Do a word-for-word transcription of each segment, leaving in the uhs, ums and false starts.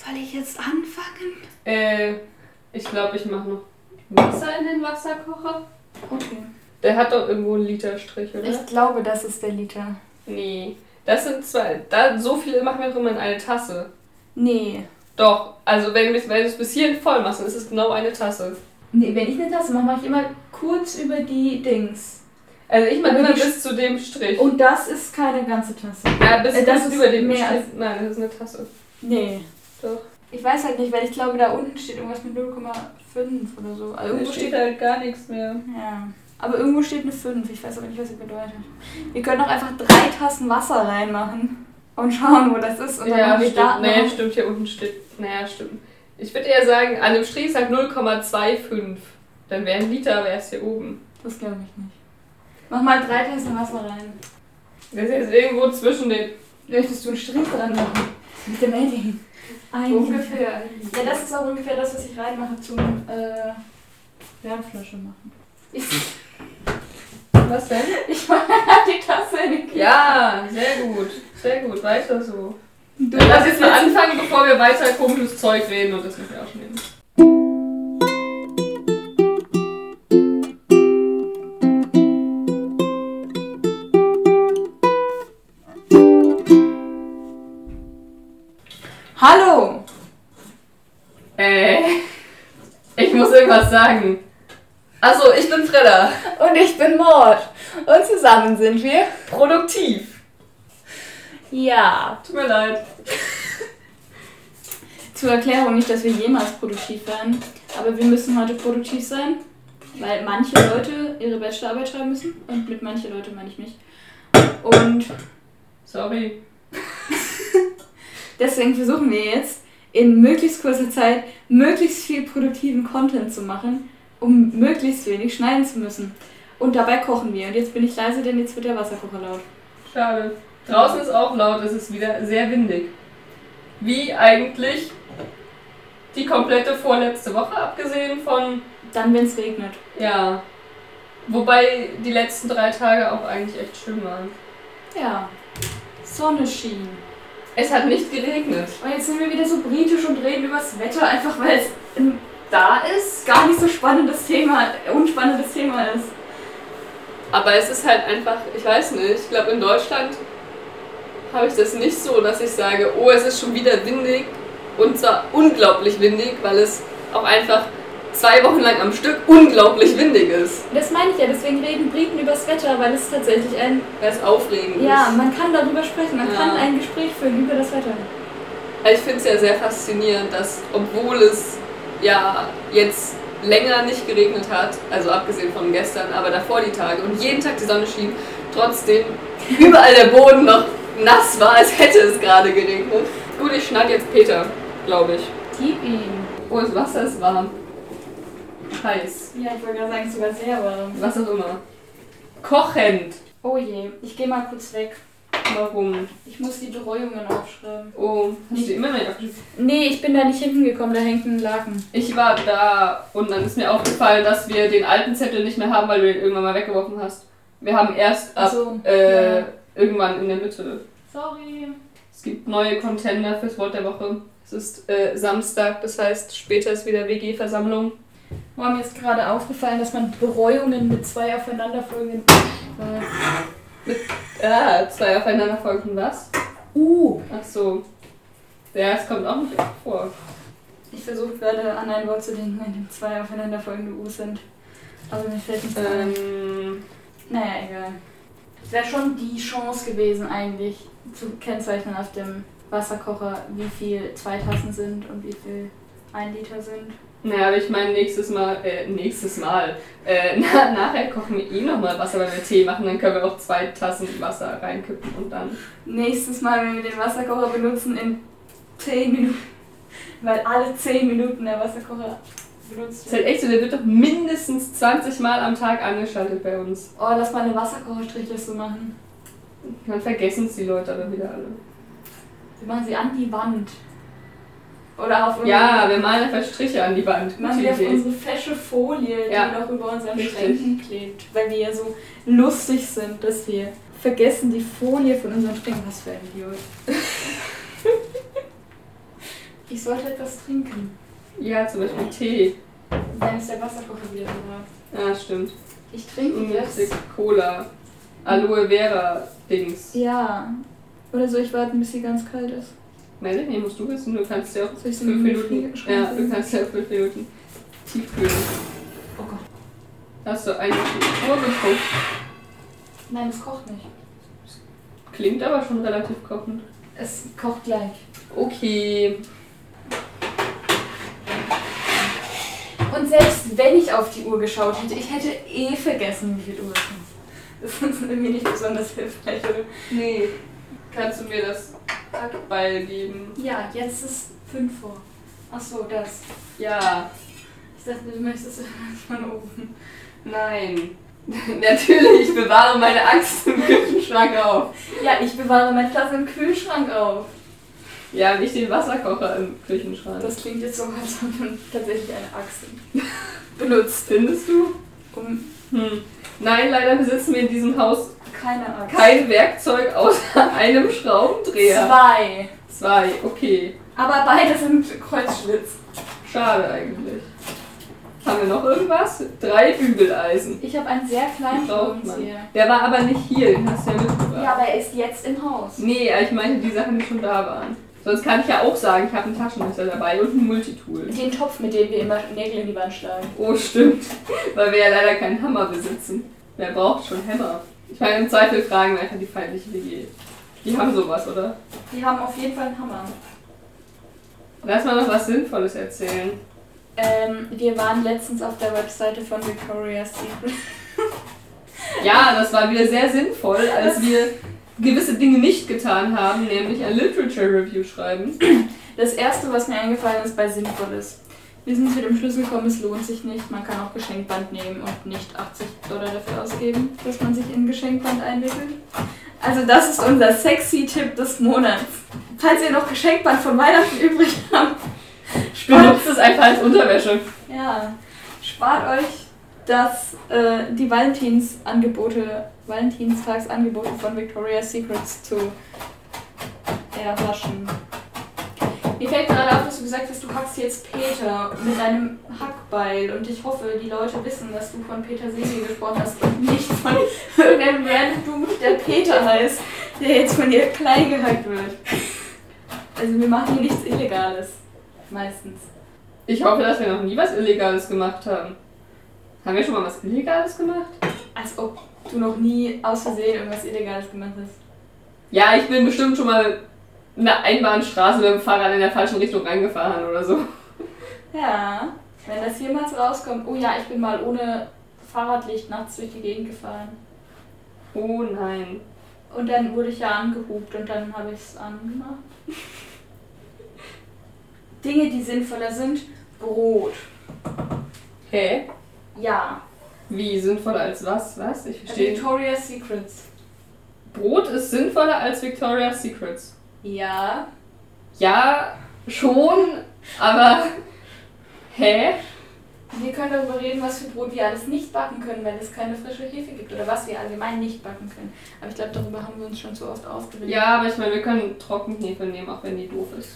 Soll ich jetzt anfangen? Äh, ich glaube, ich mache noch Wasser in den Wasserkocher. Okay. Der hat doch irgendwo einen Literstrich, oder? Ich glaube, das ist der Liter. Nee. Das sind zwei. Da, so viele machen wir doch immer in eine Tasse. Nee. Doch. Also, wenn, wenn du es bis hierhin voll machst, dann ist es genau eine Tasse. Nee, wenn ich eine Tasse mache, mache ich immer kurz über die Dings. Also, ich mache Aber immer die bis zu dem Strich. Und das ist keine ganze Tasse. Ja, bis, Äh, das bis ist über dem mehr Strich. als- Nein, das ist eine Tasse. Nee. Doch. Ich weiß halt nicht, weil ich glaube, da unten steht irgendwas mit null Komma fünf oder so. Also Da irgendwo steht steht halt gar nichts mehr. Ja. Aber irgendwo steht eine fünf. Ich weiß aber nicht, was sie bedeutet. Wir können doch einfach drei Tassen Wasser reinmachen und schauen, wo das ist. Und dann Ja, haben wir stimmt. da Nee, noch- stimmt, hier unten steht. Naja, stimmt. Ich würde eher sagen, an dem Strich ist halt null Komma fünfundzwanzig. Dann wäre ein Liter, wäre es hier oben. Das glaube ich nicht. Mach mal drei Tassen Wasser rein. Das ist jetzt irgendwo zwischen den. Möchtest du einen Strich dran machen? Mit dem Edding. Ein Ungefähr. Ja, das ist auch ungefähr das, was ich reinmache zum äh, Wärmflasche machen. Ich, Was denn? ich mache die Tasse in den Kühlschrank. Ja, sehr gut. Sehr gut, weiter so. Du Lass jetzt mal anfangen, bevor wir weiter komisches Zeug reden und das müssen wir auch schon nehmen. Hallo! Äh, ich muss irgendwas sagen. Achso, ich bin Freda. Und ich bin Mord. Und zusammen sind wir... Produktiv. Ja. Tut mir leid. Zur Erklärung, nicht, dass wir jemals produktiv werden, aber wir müssen heute produktiv sein, weil manche Leute ihre Bachelorarbeit schreiben müssen. Und mit manche Leute meine ich mich. Und Sorry. deswegen versuchen wir jetzt, in möglichst kurzer Zeit möglichst viel produktiven Content zu machen, um möglichst wenig schneiden zu müssen. Und dabei kochen wir. Und jetzt bin ich leise, denn jetzt wird der Wasserkocher laut. Schade. Draußen ist auch laut, es ist wieder sehr windig. Wie eigentlich die komplette vorletzte Woche, abgesehen von... Dann, wenn es regnet. Ja. Wobei die letzten drei Tage auch eigentlich echt schön waren. Ja. Sonne schien. Es hat nicht geregnet. Und jetzt sind wir wieder so britisch und reden übers Wetter, einfach weil es ähm, da ist. Gar nicht so spannendes Thema, unspannendes Thema ist. Aber es ist halt einfach, ich weiß nicht, ich glaube in Deutschland habe ich das nicht so, dass ich sage, oh, es ist schon wieder windig und zwar unglaublich windig, weil es auch einfach zwei Wochen lang am Stück unglaublich windig ist. Das meine ich ja, deswegen reden Briten übers Wetter, weil es tatsächlich ein... Weil es aufregend Ja, ist. man kann darüber sprechen, man Ja. kann ein Gespräch führen über das Wetter. Also ich finde es ja sehr faszinierend, dass obwohl es ja jetzt länger nicht geregnet hat, also abgesehen von gestern, aber davor die Tage und jeden Tag die Sonne schien, trotzdem überall der Boden noch nass war, als hätte es gerade geregnet. Gut, ich schneide jetzt Peter, glaube ich. Gib ihn. Oh, das Wasser ist warm. Heiß. Ja, ich wollte gerade sagen, sogar sehr warm. Was auch immer. Kochend. Oh je, ich gehe mal kurz weg. Warum? Ich muss die Dreuungen aufschreiben. Oh, hast du die immer noch nicht aufgeschrieben? Nee, ich bin da nicht hinten gekommen, da hängt ein Laken. Ich war da und dann ist mir aufgefallen, dass wir den alten Zettel nicht mehr haben, weil du den irgendwann mal weggeworfen hast. Wir haben erst ab So, äh, ja. irgendwann in der Mitte. Sorry. Es gibt neue Contender fürs Wort der Woche. Es ist äh, Samstag, das heißt später ist wieder W G-Versammlung. War mir jetzt gerade aufgefallen, dass man Bereuungen mit zwei aufeinanderfolgenden... Mit ah, zwei aufeinanderfolgenden was? Uh. Ach so. Ja, es kommt auch nicht oft vor. Ich versuche gerade an ein Wort zu denken, in dem zwei aufeinanderfolgende U sind. Aber mir fällt nichts ein. Ähm, Naja, egal. Es wäre schon die Chance gewesen, eigentlich zu kennzeichnen auf dem Wasserkocher, wie viel zwei Tassen sind und wie viel ein Liter sind. naja, aber ich meine, nächstes Mal, äh, nächstes Mal, äh, na, nachher kochen wir eh nochmal Wasser, wenn wir Tee machen, dann können wir auch zwei Tassen Wasser reinkippen und dann... Nächstes Mal, wenn wir den Wasserkocher benutzen, in zehn Minuten. Weil alle zehn Minuten der Wasserkocher benutzt Das ist halt echt so, der wird doch mindestens zwanzig Mal am Tag angeschaltet bei uns. Oh, lass mal eine Wasserkocherstrichliste machen. Dann vergessen es die Leute aber wieder alle. Wir machen sie an die Wand. Oder auf Ja, wir malen einfach Striche an die Wand. machen wir auf unsere fesche Folie, Ja. die noch über unseren Richtig. Schränken klebt. Weil wir ja so lustig sind, dass wir vergessen, die Folie von unseren Schränken. Was für ein Idiot. Ich sollte etwas trinken. Ja, zum Beispiel Tee. Dann ist der Wasserkocher wieder so. Ja, stimmt. Ich trinke Unnützig jetzt. Cola. Aloe Vera Dings. Ja. Oder soll ich warten, bis sie ganz kalt ist? Melde, nee, musst du wissen. Du kannst ja auch Soll ich sie fünf in den Minuten. Gefrierschrank Ja, du legen? kannst ja auch fünf Minuten tiefkühlen. Oh Gott. Hast du eine Uhr geguckt? Nein, es kocht nicht. Klingt aber schon relativ kochend. Es kocht gleich. Okay. Und selbst wenn ich auf die Uhr geschaut hätte, ich hätte eh vergessen, wie viel Uhr es ist. Das ist irgendwie nicht besonders hilfreich, oder? Nee. Kannst du mir das Hackbeil geben? Ja, jetzt ist fünf vor. Ach so, das. Ja. Ich dachte, du möchtest von oben. Nein. Natürlich, ich bewahre meine Axt im Küchenschrank auf. Ja, ich bewahre mein Glas im Kühlschrank auf. Ja, nicht den Wasserkocher im Küchenschrank. Das klingt jetzt so, als ob man tatsächlich eine Axt benutzt. Findest du? Um Hm. Nein, leider besitzen wir in diesem Haus keine Axt. kein Werkzeug außer einem Schraubendreher. Zwei. Zwei, okay. Aber beide sind Kreuzschlitz. Schade eigentlich. Haben wir noch irgendwas? Drei Bügeleisen. Ich habe einen sehr kleinen Die braucht man. Schraubenzieher. Der war aber nicht hier, den hast du ja mitgebracht. Ja, aber er ist jetzt im Haus. Nee, ich meine die Sachen, die schon da waren. Sonst kann ich ja auch sagen, ich habe ein Taschenmesser dabei und ein Multitool. Den Topf, mit dem wir immer Nägel in die Wand schlagen. Oh, stimmt. Weil wir ja leider keinen Hammer besitzen. Wer braucht schon Hämmer? Ich meine, im Zweifel fragen wir einfach die feindliche W G. Die haben sowas, oder? Die haben auf jeden Fall einen Hammer. Lass mal noch was Sinnvolles erzählen. Ähm, wir waren letztens auf der Webseite von Victoria's Secret. Ja, das war wieder sehr sinnvoll, als wir gewisse Dinge nicht getan haben, nämlich ein Literature Review schreiben. Das erste, was mir eingefallen ist bei Sinnvolles. Wir sind zu dem Schluss gekommen, es lohnt sich nicht. Man kann auch Geschenkband nehmen und nicht achtzig Dollar dafür ausgeben, dass man sich in Geschenkband einwickelt. Also das ist unser sexy Tipp des Monats. Falls ihr noch Geschenkband von Weihnachten übrig habt, Benutzt es einfach als Unterwäsche. ja, spart euch das, äh, die Valentinsangebote, Valentinstagsangebote von Victoria's Secrets zu erwaschen. Mir fällt gerade auf, dass du gesagt hast, du hackst jetzt Peter mit deinem Hackbeil und ich hoffe, die Leute wissen, dass du von Peter Seele gesprochen hast und nicht von irgendeinem random Dude, der Peter heißt, der jetzt von dir klein gehackt wird. Also wir machen hier nichts Illegales. Meistens. Ich hoffe, dass wir noch nie was Illegales gemacht haben. Haben wir schon mal was Illegales gemacht? Als ob du noch nie aus Versehen irgendwas Illegales gemacht hast. Ja, ich bin bestimmt schon mal eine Einbahnstraße mit dem Fahrrad in der falschen Richtung reingefahren oder so. Ja, wenn das jemals rauskommt. Oh ja, ich bin mal ohne Fahrradlicht nachts durch die Gegend gefahren. Oh nein. Und dann wurde ich ja angehupt und dann habe ich es angemacht. Dinge, die sinnvoller sind. Brot. Hä? Ja. Wie sinnvoller als was? Was? Ich verstehe. Victoria's Secrets. Brot ist sinnvoller als Victoria's Secrets. Ja. Ja, schon, aber hä? Wir können darüber reden, was für Brot wir alles nicht backen können, wenn es keine frische Hefe gibt. Oder was wir allgemein nicht backen können. Aber ich glaube, darüber haben wir uns schon zu oft aufgeregt. Ja, aber ich meine, wir können Trockenhefe nehmen, auch wenn die doof ist.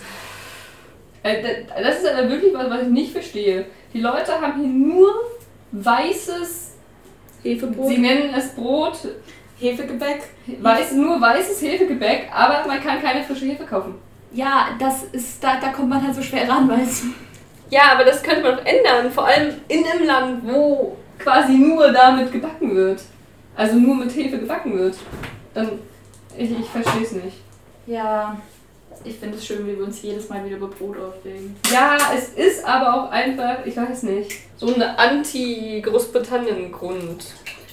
Äh, Das ist aber wirklich was, was ich nicht verstehe. Die Leute haben hier nur weißes Hefebrot. Sie nennen es Brot, Hefegebäck. weiß, nur weißes Hefegebäck, aber man kann keine frische Hefe kaufen. Ja, das ist, da, da kommt man halt so schwer ran, weißt du. Ja, aber das könnte man doch ändern, vor allem in einem Land, wo quasi nur damit gebacken wird. Also nur mit Hefe gebacken wird. Dann, ich, ich verstehe es nicht. Ja, ich finde es schön, wie wir uns jedes Mal wieder über Brot aufregen. Ja, es ist aber auch einfach, ich weiß nicht, so ein Anti-Großbritannien-Grund.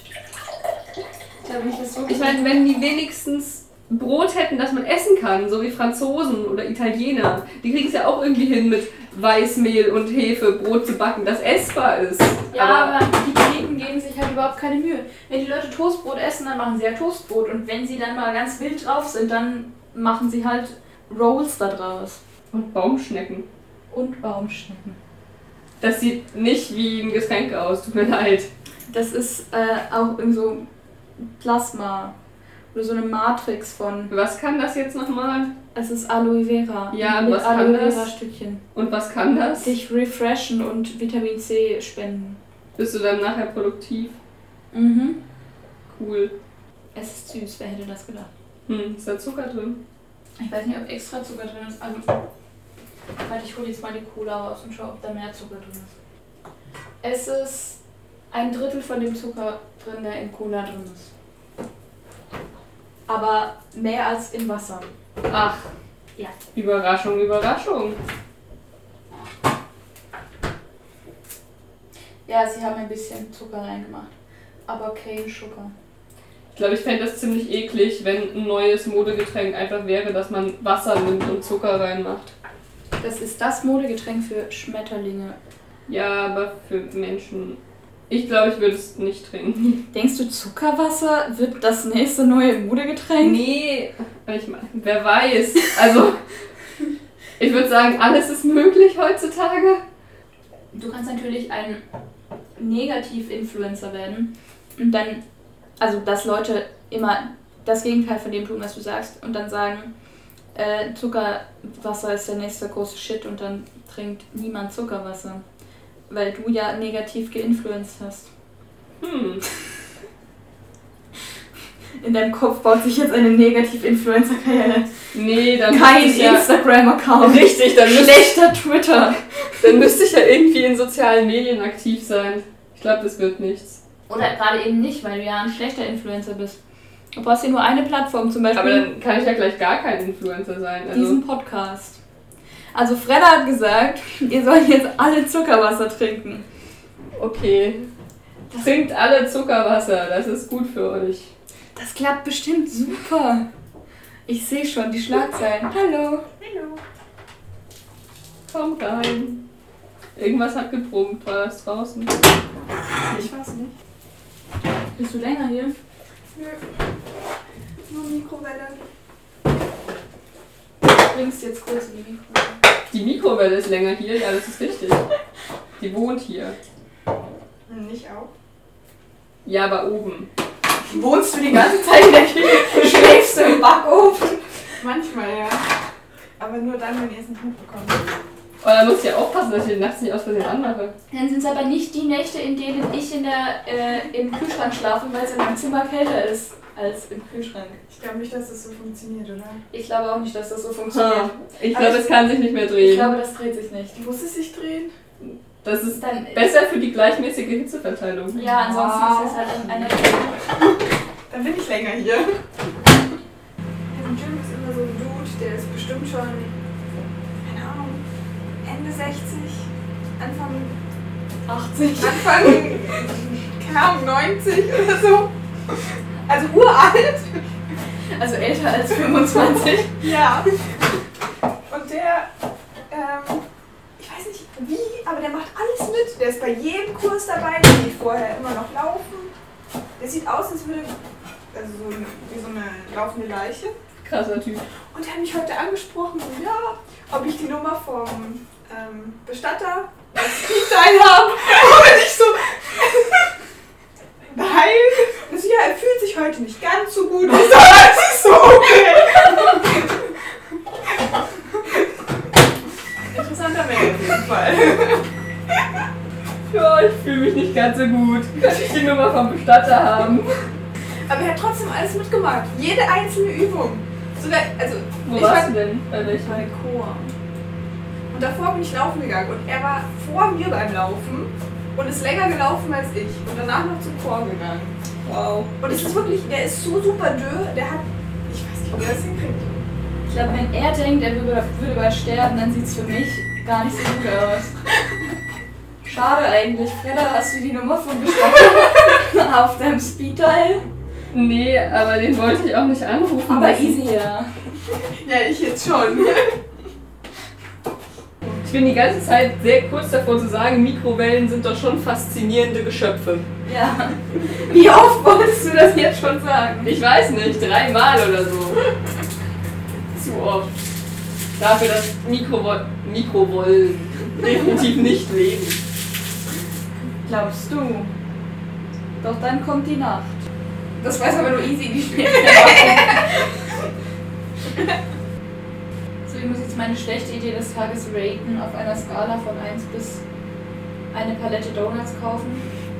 Da bin ich das so Ich meine, wenn die wenigstens Brot hätten, das man essen kann, so wie Franzosen oder Italiener, die kriegen es ja auch irgendwie hin, mit Weißmehl und Hefe Brot zu backen, das essbar ist. Ja, aber, aber die Briten geben sich halt überhaupt keine Mühe. Wenn die Leute Toastbrot essen, dann machen sie ja Toastbrot. Und wenn sie dann mal ganz wild drauf sind, dann machen sie halt Rolls da draus. und Baumschnecken. Und Baumschnecken. Das sieht nicht wie ein Getränk aus, tut mir leid. Das ist äh, auch irgend so Plasma Oder so eine Matrix von... Was kann das jetzt nochmal? Es ist Aloe Vera. Ja, und mit was kann Aloe das? Vera Stückchen. Und was kann das? Dich refreshen und Vitamin C spenden. Bist du dann nachher produktiv? Mhm. Cool. Es ist süß, wer hätte das gedacht? Hm, ist da Zucker drin? Ich weiß nicht, ob extra Zucker drin ist. Also, warte, ich hole jetzt mal die Cola raus und schau, ob da mehr Zucker drin ist. Es ist ein Drittel von dem Zucker drin, der in Cola drin ist. Aber mehr als im Wasser. Ach. Ja. Überraschung, Überraschung. Ja, sie haben ein bisschen Zucker reingemacht. Aber kein Zucker. Ich glaube, ich fände das ziemlich eklig, wenn ein neues Modegetränk einfach wäre, dass man Wasser nimmt und Zucker reinmacht. Das ist das Modegetränk für Schmetterlinge. Ja, aber für Menschen... Ich glaube, ich würde es nicht trinken. Denkst du, Zuckerwasser wird das nächste neue Modegetränk? Nee, ich meine, wer weiß. Also, ich würde sagen, alles ist möglich heutzutage. Du kannst natürlich ein Negativ-Influencer werden und dann, also dass Leute immer das Gegenteil von dem tun, was du sagst und dann sagen, äh, Zuckerwasser ist der nächste große Shit und dann trinkt niemand Zuckerwasser. Weil du ja negativ geinfluenced hast. Hm. In deinem Kopf baut sich jetzt eine Negativ-Influencer-Karriere. Nee, dann kein ja Instagram-Account. Richtig, dann schlechter Twitter. Dann müsste ich ja irgendwie in sozialen Medien aktiv sein. Ich glaube, das wird nichts. Oder gerade eben nicht, weil du ja ein schlechter Influencer bist. Du brauchst ja nur eine Plattform zum Beispiel. Aber dann kann ich ja gleich gar kein Influencer sein. Also diesen Podcast. Also Fredda hat gesagt, ihr sollt jetzt alle Zuckerwasser trinken. Okay. Trinkt alle Zuckerwasser, das ist gut für euch. Das klappt bestimmt super. Ich sehe schon die Schlagzeilen. Hallo. Hallo. Komm rein. Irgendwas hat gebrummt, war das draußen? Ich weiß nicht. Bist du länger hier? Nö. Nur Mikrowelle. Du bringst jetzt kurz in die Mikrowelle. Die Mikrowelle ist länger hier, ja, das ist richtig. Die wohnt hier. Nicht auch. Ja, aber oben. Wohnst du die ganze Zeit in der Küche? Schläfst du im Backofen? Manchmal, ja. Aber nur dann, wenn ihr es nicht mitbekommt. Oh, da muss ich ja aufpassen, dass ich den nachts nicht aus Versehen anmache. Dann sind es aber nicht die Nächte, in denen ich in der, äh, im Kühlschrank schlafe, weil es in meinem Zimmer kälter ist als im Kühlschrank. Ich glaube nicht, dass das so funktioniert, oder? Ich glaube auch nicht, dass das so funktioniert. Ich glaube, es kann sich nicht mehr drehen. Ich glaube, das dreht sich nicht. Muss es sich drehen? Das ist Dann besser für die gleichmäßige Hitzeverteilung. Ja, ansonsten Wow. ist es halt eine... Dann bin ich länger hier. Im Gym ist immer so ein Dude, der ist bestimmt schon, keine Ahnung, Ende sechzig, Anfang, achtzig. Anfang, keine Ahnung, neunzig oder so. Also uralt. Also älter als fünfundzwanzig. Ja. Und der, ähm, ich weiß nicht wie, aber der macht alles mit. Der ist bei jedem Kurs dabei, der geht vorher immer noch laufen. Der sieht aus, als würde, also so ein- wie so eine laufende Leiche. Krasser Typ. Und der hat mich heute angesprochen, so, ja, ob ich die Nummer vom ähm, Bestatter als Speedteil habe. Und ich so, nein. Und so, ja, er fühlt sich heute nicht ganz so gut. Ich so, das ist so okay. Interessanter Mensch auf jeden Fall. Ja, ich fühle mich nicht ganz so gut. Könnte ich die Nummer vom Bestatter haben? Aber er hat trotzdem alles mitgemacht. Jede einzelne Übung. Sogar, also, Wo ich warst war du denn? Bei welchem? bei Chor. Und davor bin ich laufen gegangen und er war vor mir beim Laufen und ist länger gelaufen als ich und danach noch zum Chor gegangen. Wow. Und es ist wirklich, der ist so super dürr, der hat, ich weiß nicht, wie er das hinkriegt. Ich glaube, wenn er denkt, er würde, würde bald sterben, dann sieht es für mich gar nicht so gut aus. Schade eigentlich. Fredda, hast du die Nummer von Bestatter auf deinem Speeddial? Nee, aber den wollte ich auch nicht anrufen. Aber lassen. easy, ja. Ja, ich jetzt schon. Ich bin die ganze Zeit sehr kurz davor zu sagen, Mikrowellen sind doch schon faszinierende Geschöpfe. Ja. Wie oft wolltest du das jetzt schon sagen? Ich weiß nicht, dreimal oder so. Zu oft. Dafür, dass Mikrowollen Mikrowollen definitiv nicht leben. Glaubst du? Doch dann kommt die Nacht. Das weiß aber nur easy in die Spiele. So, ich muss jetzt meine schlechte Idee des Tages raten auf einer Skala von eins bis eine Palette Donuts kaufen.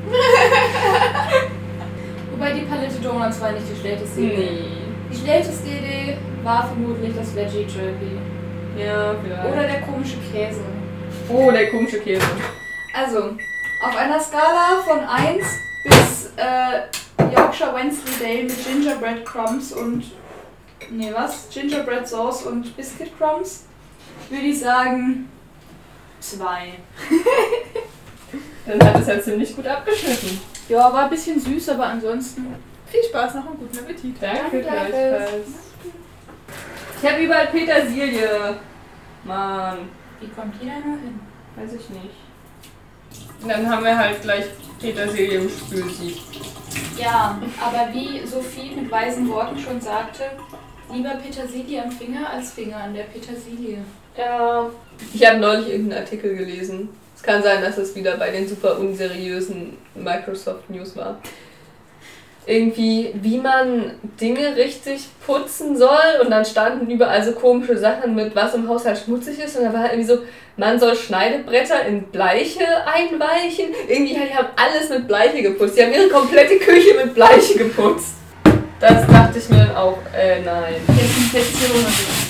Wobei die Palette Donuts war nicht die schlechteste Idee. Nee. Die schlechteste Idee war vermutlich das Veggie Jerky. Ja, vielleicht. Oder der komische Käse. Oh, der komische Käse. Also, auf einer Skala von eins bis äh, Yorkshire Wensleydale mit Gingerbread Crumbs und. Nee, was? Gingerbread Sauce und Biscuit Crumbs würde ich sagen. zwei. Dann hat es ja ziemlich gut abgeschnitten. Ja, war ein bisschen süß, aber ansonsten. Viel Spaß noch und guten Appetit. Danke, Danke. gleichfalls. Ich habe überall Petersilie. Mann, Wie kommt die da noch hin? weiß ich nicht. Und dann haben wir halt gleich Petersilie im Spülsieb. Ja, aber wie Sophie mit weisen Worten schon sagte, lieber Petersilie am Finger als Finger an der Petersilie. Ja. Ich habe neulich irgendeinen Artikel gelesen. Es kann sein, dass es wieder bei den super unseriösen Microsoft News war. Irgendwie, wie man Dinge richtig putzen soll und dann standen überall so komische Sachen mit, was im Haushalt schmutzig ist und da war halt irgendwie so, man soll Schneidebretter in Bleiche einweichen. Irgendwie, die haben alles mit Bleiche geputzt. Die haben ihre komplette Küche mit Bleiche geputzt. Das dachte ich mir dann auch, äh, nein. Desinfektion.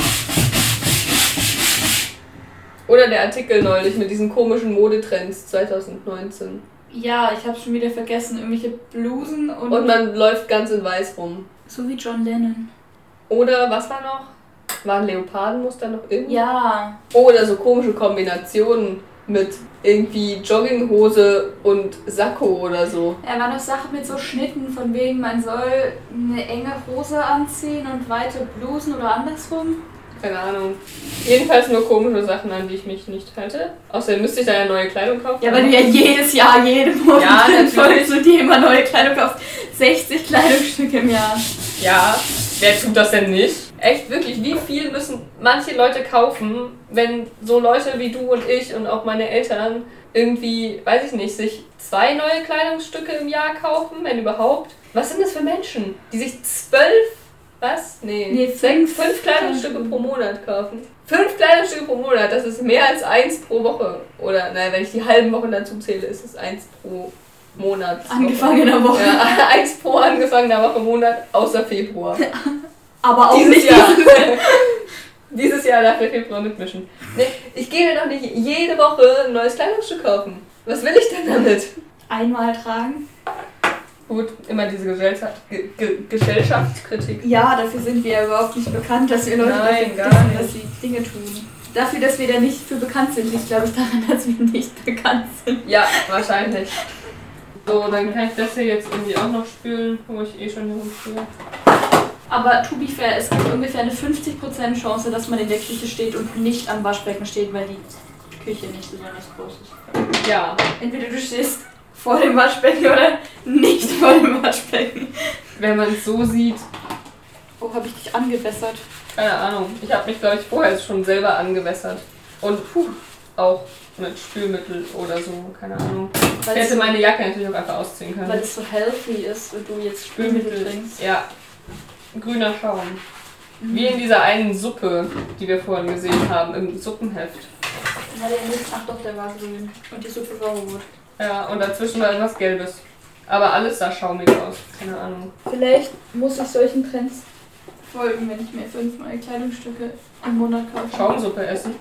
Oder der Artikel neulich mit diesen komischen Modetrends zwanzig neunzehn. Ja, ich habe schon wieder vergessen, irgendwelche Blusen und... Und man läuft ganz in weiß rum. so wie John Lennon. Oder, was war noch? War ein Leopardenmuster noch irgendwie? Ja. Oder so komische Kombinationen mit irgendwie Jogginghose und Sakko oder so. Er war noch Sachen mit so Schnitten, von wegen man soll eine enge Hose anziehen und weite Blusen oder andersrum. Keine Ahnung. Jedenfalls nur komische Sachen, an die ich mich nicht halte. Außerdem müsste ich da ja neue Kleidung kaufen. Ja, weil du ja jedes Jahr, jede Monat Ja, natürlich. zu dir immer neue Kleidung kaufst. sechzig Kleidungsstücke im Jahr. Ja, wer tut das denn nicht? Echt, wirklich, wie viel müssen manche Leute kaufen, wenn so Leute wie du und ich und auch meine Eltern irgendwie, weiß ich nicht, sich zwei neue Kleidungsstücke im Jahr kaufen, wenn überhaupt? Was sind das für Menschen, die sich zwölf, was? Nee, Nee, sechs, fünf fünf Kleidungsstücke pro Monat kaufen? Fünf Kleidungsstücke pro Monat, das ist mehr als eins pro Woche. Oder, naja, wenn ich die halben Wochen dazu zähle, ist es eins pro Monat. Angefangener Woche. Ja, eins pro angefangener Woche Monat, außer Februar. Aber auch Dieses nicht Jahr. Dieses Jahr darf der Februar mitmischen. Nee, ich gehe mir doch nicht jede Woche ein neues Kleidungsstück kaufen. Was will ich denn damit? einmal tragen. Gut, immer diese Gesellschaft, Ge Ge Gesellschaftskritik. Ja, dafür sind wir ja überhaupt nicht bekannt, dass wir Leute Nein, dafür gar wissen, nicht. dass sie Dinge tun. Dafür, dass wir da nicht für bekannt sind, liegt glaube ich daran, dass wir nicht bekannt sind. Ja, wahrscheinlich. So, dann kann ich das hier jetzt irgendwie auch noch spülen, wo ich eh schon hier rumspüle. Aber to be fair, es gibt ungefähr eine fünfzig Prozent Chance, dass man in der Küche steht und nicht am Waschbecken steht, weil die Küche nicht besonders groß ist. Ja. Entweder du stehst vor dem Waschbecken oder nicht vor dem Waschbecken. Wenn man es so sieht, Oh, habe ich dich angewässert? keine Ahnung. Ich habe mich, glaube ich, vorher schon selber angewässert. Und puh, auch mit Spülmittel oder so, keine Ahnung. Ich Weil, hätte es, meine Jacke natürlich auch einfach ausziehen können. weil es so healthy ist und du jetzt Spülmittel trinkst. Ja. Grüner Schaum. Wie in dieser einen Suppe, die wir vorhin gesehen haben, im Suppenheft. Na, der nicht. Ach doch, der war grün. Und die Suppe war rot. Ja, und dazwischen war irgendwas Gelbes. Aber alles sah schaumig aus. Keine Ahnung. Vielleicht muss ich solchen Trends folgen, wenn ich mir fünf neue Kleidungsstücke im Monat kaufe. Schaumsuppe essen?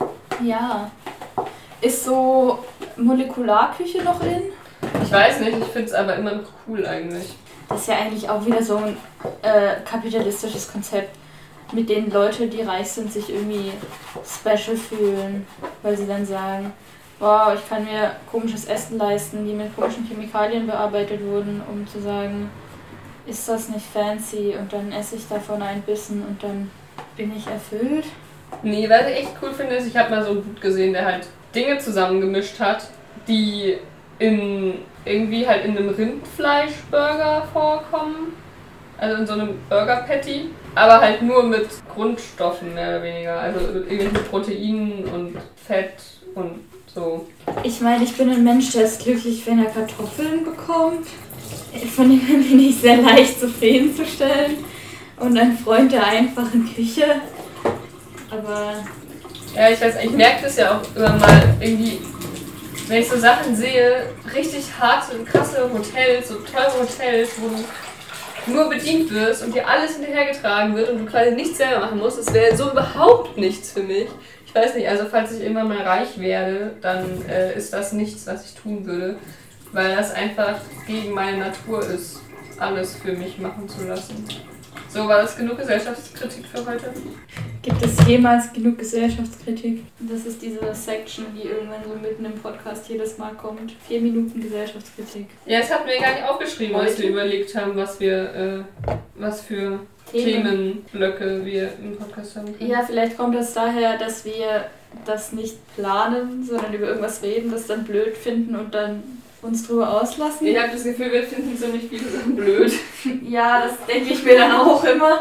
Ja. Ist so Molekularküche noch in? Ich weiß nicht, ich finde es aber immer noch cool eigentlich. Das ist ja eigentlich auch wieder so ein äh, kapitalistisches Konzept, mit denen Leute, die reich sind, sich irgendwie special fühlen, weil sie dann sagen, wow, ich kann mir komisches Essen leisten, die mit komischen Chemikalien bearbeitet wurden, um zu sagen, ist das nicht fancy, und dann esse ich davon ein Bissen und dann bin ich erfüllt. Nee, was ich echt cool finde, ist, ich habe mal so einen Dude gesehen, der halt Dinge zusammengemischt hat, die in irgendwie halt in einem Rindfleischburger vorkommen. Also in so einem Burger-Patty. Aber halt nur mit Grundstoffen mehr oder weniger. Also irgendwie mit Proteinen und Fett und so. Ich meine, ich bin ein Mensch, der ist glücklich, wenn er Kartoffeln bekommt. Von dem her bin ich sehr leicht zufriedenzustellen und ein Freund der einfachen Küche. Aber ja, ich weiß, ich merke das ja auch immer mal irgendwie, wenn ich so Sachen sehe, richtig harte, krasse Hotels, so teure Hotels, wo du nur bedient wirst und dir alles hinterhergetragen wird und du quasi nichts selber machen musst, das wäre so überhaupt nichts für mich. Ich weiß nicht, also falls ich irgendwann mal reich werde, dann äh, ist das nichts, was ich tun würde, weil das einfach gegen meine Natur ist, alles für mich machen zu lassen. So, war das genug Gesellschaftskritik für heute? Gibt es jemals genug Gesellschaftskritik? Das ist diese Section, die irgendwann so mitten im Podcast jedes Mal kommt. Vier Minuten Gesellschaftskritik. Ja, das hatten wir gar nicht aufgeschrieben, als wir überlegt haben, was wir, äh, was für Themen. Themenblöcke wir im Podcast haben können. Ja, vielleicht kommt das daher, dass wir das nicht planen, sondern über irgendwas reden, das dann blöd finden und dann uns drüber auslassen. Ich habe das Gefühl, wir finden ziemlich viele Sachen blöd. Ja, das denke ich mir dann auch immer.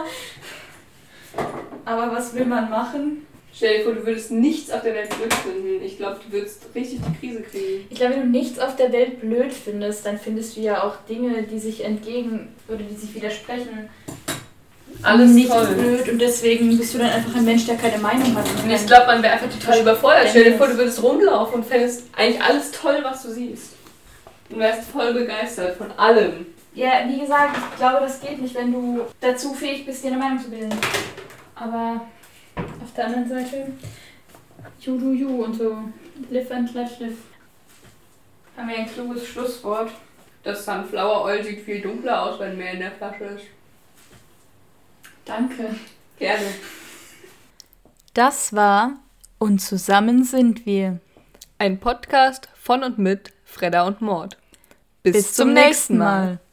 Aber was will man machen? Stell dir vor, du würdest nichts auf der Welt blöd finden. Ich glaube, du würdest richtig die Krise kriegen. Ich glaube, wenn du nichts auf der Welt blöd findest, dann findest du ja auch Dinge, die sich entgegen oder die sich widersprechen. Alles nicht toll. blöd und deswegen bist du dann einfach ein Mensch, der keine Meinung hat. Und ich glaube, man wäre einfach total überfordert. Stell dir vor, du würdest rumlaufen und fändest eigentlich alles toll, was du siehst. Und wärst voll begeistert von allem. Ja, wie gesagt, ich glaube, das geht nicht, wenn du dazu fähig bist, dir eine Meinung zu bilden. Aber auf der anderen Seite, you do you und so, live and let live. Haben wir ein kluges Schlusswort. Das Sunflower Oil sieht viel dunkler aus, wenn mehr in der Flasche ist. Danke. Gerne. Das war Und zusammen sind wir. Ein Podcast von und mit Fredda und Mord. Bis, Bis zum nächsten Mal.